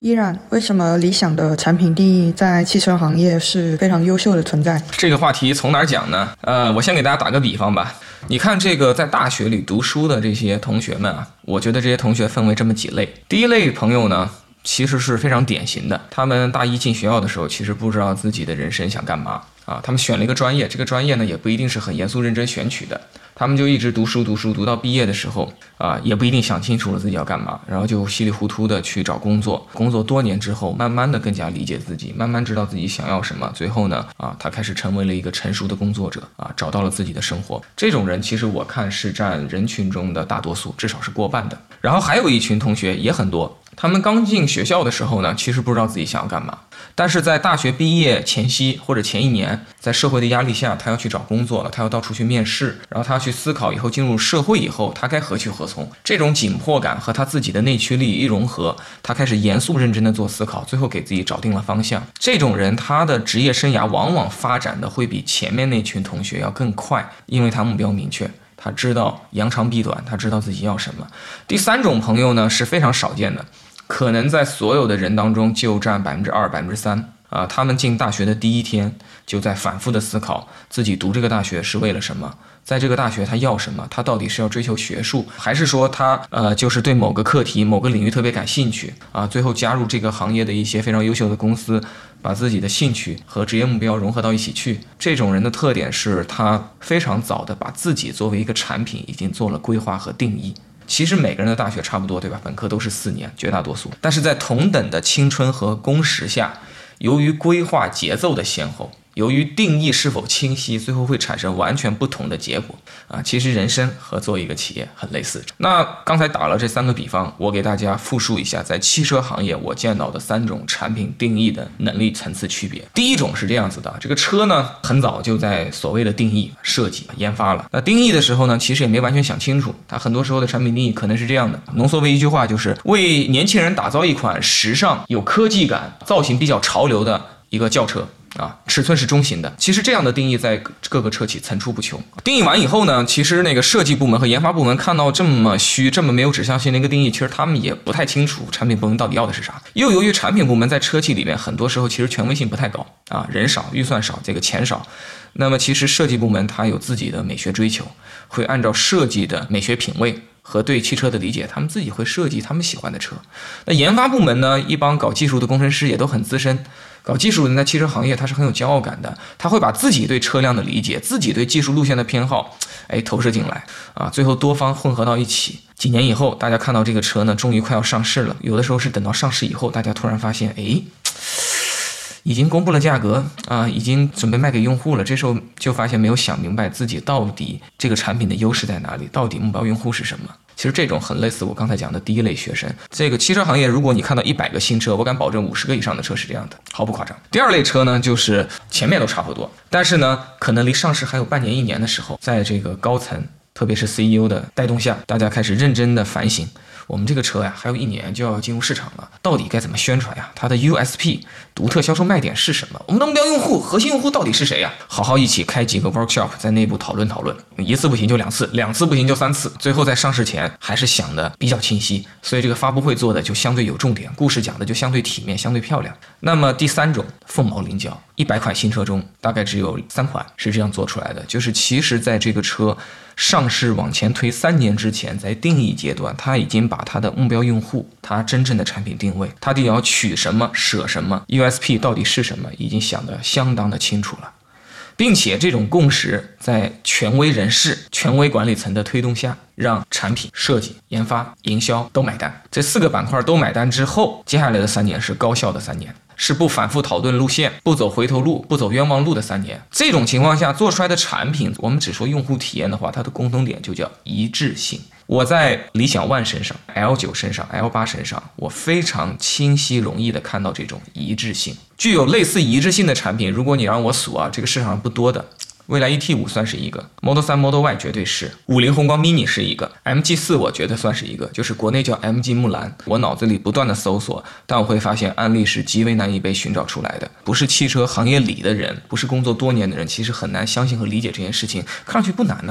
依然，为什么理想的产品定义在汽车行业是非常优秀的存在？ 这个话题从哪儿讲呢？我先给大家打个比方吧。你看这个在大学里读书的这些同学们啊，我觉得这些同学分为这么几类。第一类朋友呢，其实是非常典型的，他们大一进学校的时候，其实不知道自己的人生想干嘛啊。他们选了一个专业，这个专业呢也不一定是很严肃认真选取的。他们就一直读书，读到毕业的时候也不一定想清楚了自己要干嘛，然后就稀里糊涂的去找工作。工作多年之后，慢慢的更加理解自己，慢慢知道自己想要什么。最后呢，他开始成为了一个成熟的工作者找到了自己的生活。这种人其实我看是占人群中的大多数，至少是过半的。然后还有一群同学也很多，他们刚进学校的时候呢，其实不知道自己想要干嘛，但是在大学毕业前夕或者前一年，在社会的压力下，他要去找工作了，他要到处去面试，然后他要去思考以后进入社会以后他该何去何从。这种紧迫感和他自己的内驱力一融合，他开始严肃认真的做思考，最后给自己找定了方向。这种人他的职业生涯往往发展的会比前面那群同学要更快，因为他目标明确，他知道扬长避短，他知道自己要什么。第三种朋友呢是非常少见的，可能在所有的人当中就占2%、3%他们进大学的第一天就在反复的思考自己读这个大学是为了什么，在这个大学他要什么，他到底是要追求学术，还是说他就是对某个课题某个领域特别感兴趣最后加入这个行业的一些非常优秀的公司，把自己的兴趣和职业目标融合到一起去。这种人的特点是他非常早的把自己作为一个产品已经做了规划和定义。其实每个人的大学差不多，对吧？本科都是4年，绝大多数。但是在同等的青春和工时下，由于规划节奏的先后，由于定义是否清晰，最后会产生完全不同的结果其实人生和做一个企业很类似。那刚才打了这3个比方，我给大家复述一下在汽车行业我见到的3种产品定义的能力层次区别。第一种是这样子的，这个车呢很早就在所谓的定义、设计、研发了。那定义的时候呢，其实也没完全想清楚，它很多时候的产品定义可能是这样的，浓缩为一句话，就是为年轻人打造一款时尚、有科技感、造型比较潮流的一个轿车尺寸是中型的。其实这样的定义在各个车企层出不穷。定义完以后呢，其实那个设计部门和研发部门看到这么虚、这么没有指向性的一个定义，其实他们也不太清楚产品部门到底要的是啥。又由于产品部门在车企里面很多时候其实权威性不太高人少、预算少、这个钱少。那么其实设计部门它有自己的美学追求，会按照设计的美学品味和对汽车的理解，他们自己会设计他们喜欢的车。那研发部门呢，一帮搞技术的工程师也都很资深，搞技术的人在汽车行业他是很有骄傲感的，他会把自己对车辆的理解、自己对技术路线的偏好投射进来最后多方混合到一起。几年以后，大家看到这个车呢终于快要上市了，有的时候是等到上市以后，大家突然发现已经公布了价格已经准备卖给用户了，这时候就发现没有想明白自己到底这个产品的优势在哪里，到底目标用户是什么。其实这种很类似我刚才讲的第一类学生。这个汽车行业，如果你看到100个新车，我敢保证50个以上的车是这样的，毫不夸张。第二类车呢，就是前面都差不多，但是呢可能离上市还有半年1年的时候，在这个高层特别是 CEO 的带动下，大家开始认真的反省，我们这个车还有1年就要进入市场了，到底该怎么宣传它的 USP 独特销售卖点是什么，我们的目标用户、核心用户到底是谁好好一起开几个 workshop， 在内部讨论，一次不行就2次，2次不行就3次，最后在上市前还是想的比较清晰，所以这个发布会做的就相对有重点，故事讲的就相对体面、相对漂亮。那么第3种凤毛麟角，100款新车中大概只有3款是这样做出来的，就是其实在这个车上市往前推3年之前，在定义阶段，他已经把他的目标用户、他真正的产品定位、他得要取什么、舍什么、USP 到底是什么，已经想得相当的清楚了，并且这种共识在权威人士、权威管理层的推动下，让产品设计、研发、营销都买单。这4个板块都买单之后，接下来的3年是高效的3年，是不反复讨论路线、不走回头路、不走冤枉路的3年。这种情况下做出来的产品，我们只说用户体验的话，它的共同点就叫一致性。我在理想ONE身上、L9 身上、L8 身上，我非常清晰容易的看到这种一致性。具有类似一致性的产品，如果你让我数这个市场上不多的，蔚来 ET5 算是一个， Model 3 Model Y 绝对是，50宏光 mini 是一个， MG4 我觉得算是一个，就是国内叫 MG 木兰。我脑子里不断的搜索，但我会发现案例是极为难以被寻找出来的。不是汽车行业里的人，不是工作多年的人，其实很难相信和理解这件事情。看上去不难呢，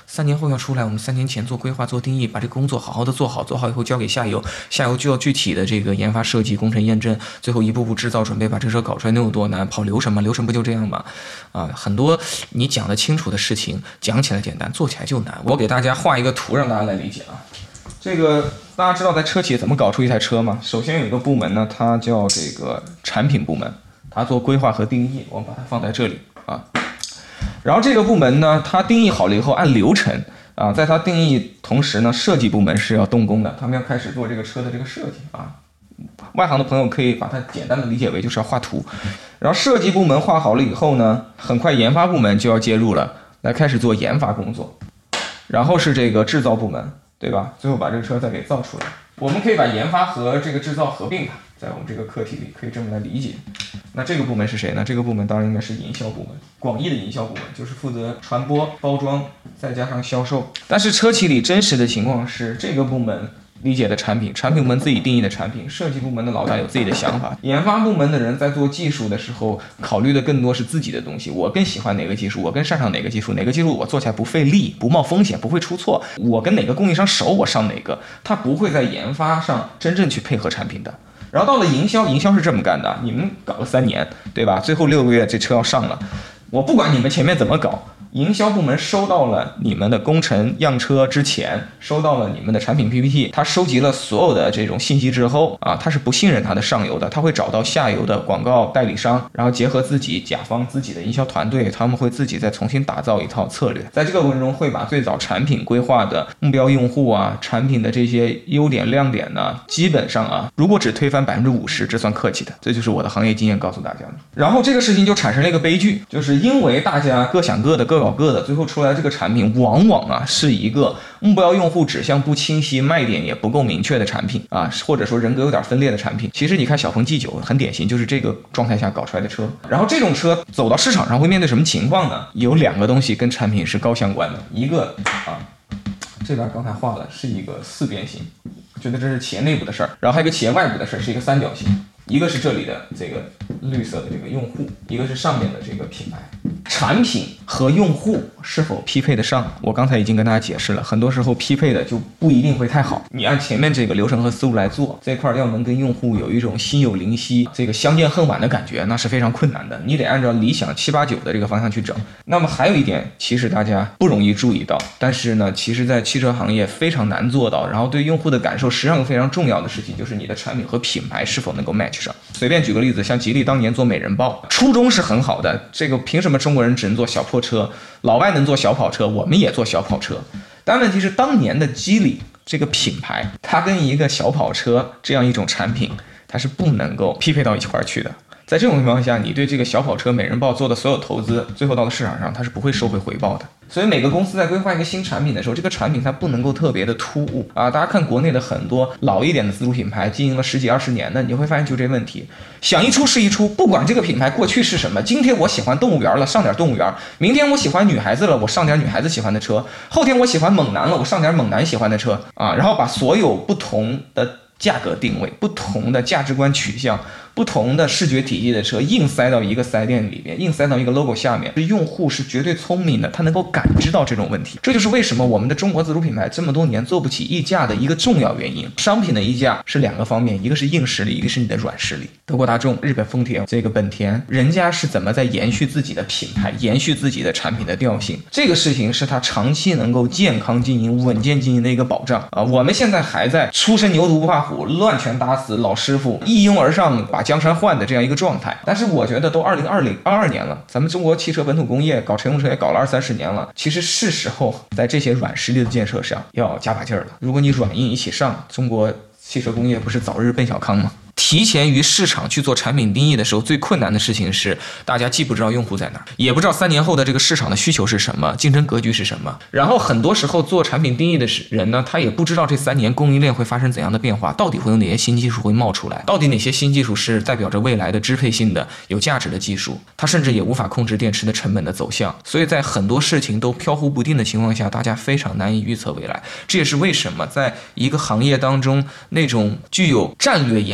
3年后要出来，我们3年前做规划、做定义，把这个工作好好的做好，做好以后交给下游，下游就要具体的这个研发、设计、工程验证，最后一步步制造准备，把这车搞出来能有多难？跑流程吗？流程不就这样吗？很多你讲得清楚的事情，讲起来简单，做起来就难。我给大家画一个图，让大家来理解啊。这个大家知道在车企怎么搞出一台车吗？首先有一个部门呢，它叫这个产品部门，它做规划和定义，我们把它放在这里啊。然后这个部门呢，它定义好了以后，按流程啊，在它定义同时呢，设计部门是要动工的，他们要开始做这个车的这个设计啊。外行的朋友可以把它简单的理解为就是要画图。然后设计部门画好了以后呢，很快研发部门就要介入了，来开始做研发工作。然后是这个制造部门，对吧？最后把这个车再给造出来。我们可以把研发和这个制造合并它，在我们这个课题里可以这么来理解。那这个部门是谁呢？这个部门当然应该是营销部门，广义的营销部门就是负责传播、包装，再加上销售。但是车企里真实的情况是，这个部门理解的产品部门自己定义的产品，设计部门的老大有自己的想法，研发部门的人在做技术的时候考虑的更多是自己的东西，我更喜欢哪个技术，我更擅长哪个技术，哪个技术我做起来不费力，不冒风险，不会出错，我跟哪个供应商熟，我上哪个，他不会在研发上真正去配合产品的。然后到了营销是这么干的，你们搞了3年，对吧？最后6个月这车要上了，我不管你们前面怎么搞，营销部门收到了你们的工程样车之前，收到了你们的产品 PPT， 他收集了所有的这种信息之后啊，他是不信任他的上游的，他会找到下游的广告代理商，然后结合自己甲方自己的营销团队，他们会自己再重新打造一套策略。在这个过程中，会把最早产品规划的目标用户啊，产品的这些优点亮点呢，基本上啊，如果只推翻50%，这算客气的。这就是我的行业经验告诉大家的。然后这个事情就产生了一个悲剧，就是因为大家各想各的，各搞各的，最后出来这个产品往往啊是一个目标用户指向不清晰、卖点也不够明确的产品啊，或者说人格有点分裂的产品。其实你看小鹏 G9 很典型，就是这个状态下搞出来的车。然后这种车走到市场上会面对什么情况呢？有2个东西跟产品是高相关的，一个啊，这边刚才画了是一个4边形，我觉得这是企业内部的事儿，然后还有一个企业外部的事儿，是一个3角形。一个是这里的这个绿色的这个用户，一个是上面的这个品牌。产品和用户是否匹配得上，我刚才已经跟大家解释了，很多时候匹配的就不一定会太好。你按前面这个流程和思路来做，这块要能跟用户有一种心有灵犀，这个相见恨晚的感觉，那是非常困难的。你得按照理想7、8、9的这个方向去整。那么还有一点，其实大家不容易注意到，但是呢，其实在汽车行业非常难做到。然后对用户的感受，实际上有非常重要的事情，就是你的产品和品牌是否能够 match 上。随便举个例子，像吉利当年做美人豹，初衷是很好的，这个凭什么中国人只能做小破车，老外能做小跑车，我们也做小跑车。但问题是当年的吉利这个品牌，它跟一个小跑车这样一种产品，它是不能够匹配到一块去的。在这种情况下，你对这个小跑车美人豹做的所有投资，最后到了市场上，它是不会收回回报的。所以每个公司在规划一个新产品的时候，这个产品它不能够特别的突兀啊！大家看国内的很多老一点的自主品牌，经营了10几20年的，你会发现就这问题，想一出是一出。不管这个品牌过去是什么，今天我喜欢动物园了，上点动物园；明天我喜欢女孩子了，我上点女孩子喜欢的车；后天我喜欢猛男了，我上点猛男喜欢的车啊！然后把所有不同的价格定位、不同的价值观取向、不同的视觉体系的车硬塞到一个4S店里面，硬塞到一个 logo 下面，用户是绝对聪明的，他能够感知到这种问题。这就是为什么我们的中国自主品牌这么多年做不起溢价的一个重要原因。商品的溢价是2个方面，一个是硬实力，一个是你的软实力。德国大众、日本丰田、这个本田，人家是怎么在延续自己的品牌，延续自己的产品的调性，这个事情是他长期能够健康经营、稳健经营的一个保障啊。我们现在还在初生牛犊不怕虎，乱拳打死老师傅，一拥而上把江山换的这样一个状态。但是我觉得都2022年了，咱们中国汽车本土工业搞乘用车也搞了20-30年了，其实是时候在这些软实力的建设上要加把劲儿了。如果你软硬一起上，中国汽车工业不是早日奔小康吗？提前于市场去做产品定义的时候，最困难的事情是大家既不知道用户在哪儿，也不知道3年后的这个市场的需求是什么，竞争格局是什么。然后很多时候做产品定义的人呢，他也不知道这3年供应链会发生怎样的变化，到底会有哪些新技术会冒出来，到底哪些新技术是代表着未来的支配性的有价值的技术，他甚至也无法控制电池的成本的走向。所以在很多事情都飘忽不定的情况下，大家非常难以预测未来。这也是为什么在一个行业当中，那种具有战略眼光、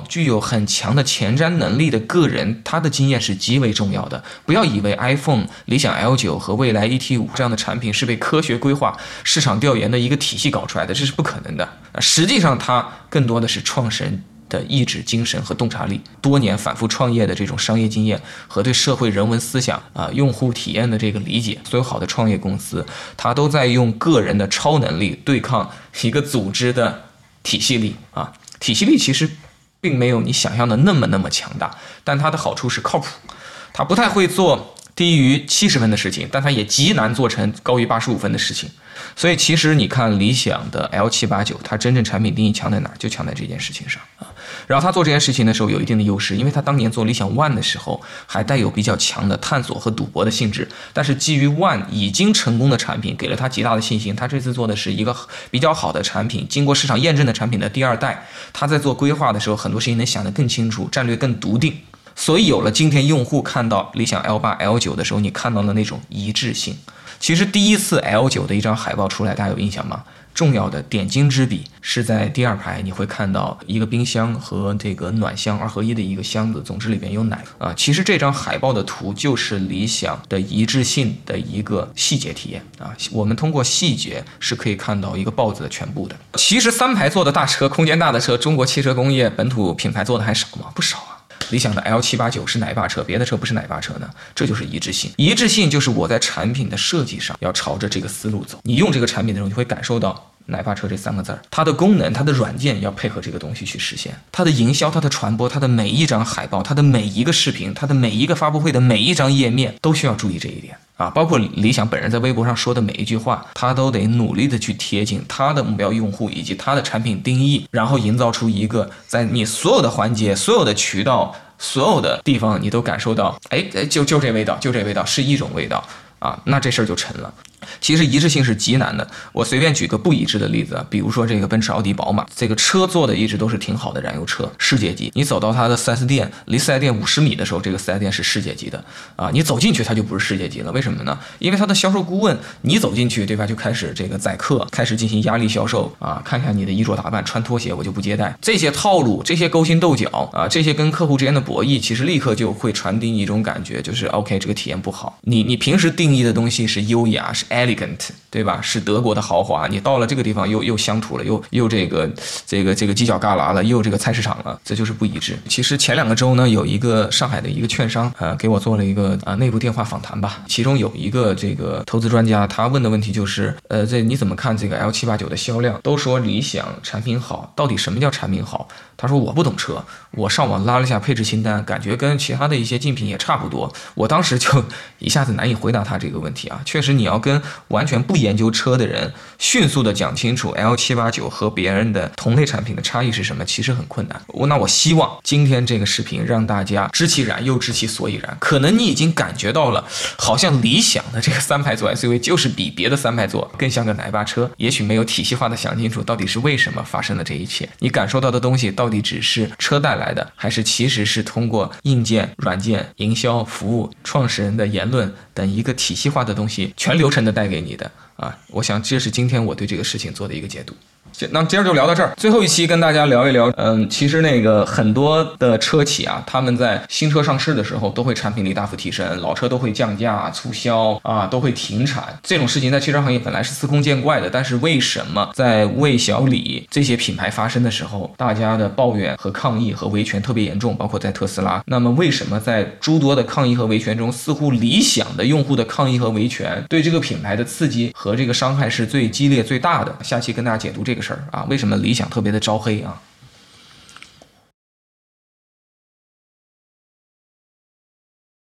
具有很强的前瞻能力的个人，他的经验是极为重要的。不要以为 iPhone、理想 L9 和蔚来 ET5 这样的产品是被科学规划、市场调研的一个体系搞出来的，这是不可能的。实际上，它更多的是创始人的意志、精神和洞察力，多年反复创业的这种商业经验和对社会人文思想用户体验的这个理解。所有好的创业公司，它都在用个人的超能力对抗一个组织的体系力啊。体系力其实并没有你想象的那么强大，但它的好处是靠谱。它不太会做低于70分的事情，但它也极难做成高于85分的事情。所以其实你看理想的 L789，它真正产品定义强在哪儿？就强在这件事情上啊。然后他做这件事情的时候有一定的优势，因为他当年做理想 ONE 的时候还带有比较强的探索和赌博的性质，但是基于 ONE 已经成功的产品给了他极大的信心。他这次做的是一个比较好的产品，经过市场验证的产品的第2代。他在做规划的时候，很多事情能想得更清楚，战略更笃定。所以有了今天用户看到理想 L8、L9 的时候，你看到了那种一致性。其实第一次 L9 的一张海报出来，大家有印象吗？重要的点睛之笔是在第2排，你会看到一个冰箱和这个暖箱2合1的一个箱子，总之里边有奶啊。其实这张海报的图就是理想的一致性的一个细节体验啊。我们通过细节是可以看到一个豹子的全部的。其实3排座的大车，空间大的车，中国汽车工业本土品牌做的还少吗？不少啊。理想的 L789是奶爸车，别的车不是奶爸车呢？这就是一致性。一致性就是我在产品的设计上要朝着这个思路走。你用这个产品的时候，你会感受到奶爸车这3个字儿，它的功能、它的软件要配合这个东西去实现。它的营销、它的传播、它的每一张海报、它的每一个视频、它的每一个发布会的每一张页面，都需要注意这一点啊。包括理想本人在微博上说的每一句话，他都得努力的去贴近他的目标用户以及他的产品定义，然后营造出一个在你所有的环节、所有的渠道、所有的地方你都感受到，就这味道，就这味道是一种味道啊，那这事儿就成了。其实一致性是极难的，我随便举个不一致的例子，比如说这个奔驰、奥迪、宝马，这个车做的一直都是挺好的燃油车，世界级。你走到它的 4S 店，离 4S 店50米的时候，这个 4S 店是世界级的啊。你走进去它就不是世界级了，为什么呢？因为它的销售顾问，你走进去对吧，就开始这个宰客，开始进行压力销售啊，看看你的衣着打扮，穿拖鞋我就不接待，这些套路，这些勾心斗角啊，这些跟客户之间的博弈，其实立刻就会传递一种感觉，就是 OK 这个体验不好。你平时定义的东西是优雅，是 elegant， 对吧？是德国的豪华，你到了这个地方又乡土了，又这个犄角旮旯了，又这个菜市场了，这就是不一致。其实前2个周呢，有一个上海的一个券商给我做了一个内部电话访谈吧，其中有一个这个投资专家，他问的问题就是你怎么看这个 L789的销量？都说理想产品好，到底什么叫产品好？他说我不懂车，我上网拉了一下配置清单，感觉跟其他的一些竞品也差不多。我当时就一下子难以回答他这个问题啊。确实你要跟完全不研究车的人迅速的讲清楚 L789和别人的同类产品的差异是什么，其实很困难。那我希望今天这个视频让大家知其然又知其所以然。可能你已经感觉到了，好像理想的这个3排座 SUV 就是比别的3排座更像个奶爸车，也许没有体系化的想清楚到底是为什么发生了这一切。你感受到的东西到底只是车带来的，还是其实是通过硬件、软件、营销、服务、创始人的言论等一个体系化的东西全流程的带给你的啊？我想这是今天我对这个事情做的一个解读。那今儿就聊到这儿，最后一期跟大家聊一聊，其实那个很多的车企啊，他们在新车上市的时候都会产品力大幅提升，老车都会降价、促销啊，都会停产，这种事情在汽车行业本来是司空见惯的，但是为什么在魏小李这些品牌发生的时候，大家的抱怨和抗议和维权特别严重，包括在特斯拉？那么为什么在诸多的抗议和维权中，似乎理想的用户的抗议和维权对这个品牌的刺激和这个伤害是最激烈最大的？下期跟大家解读这个事儿啊，为什么理想特别的招黑啊？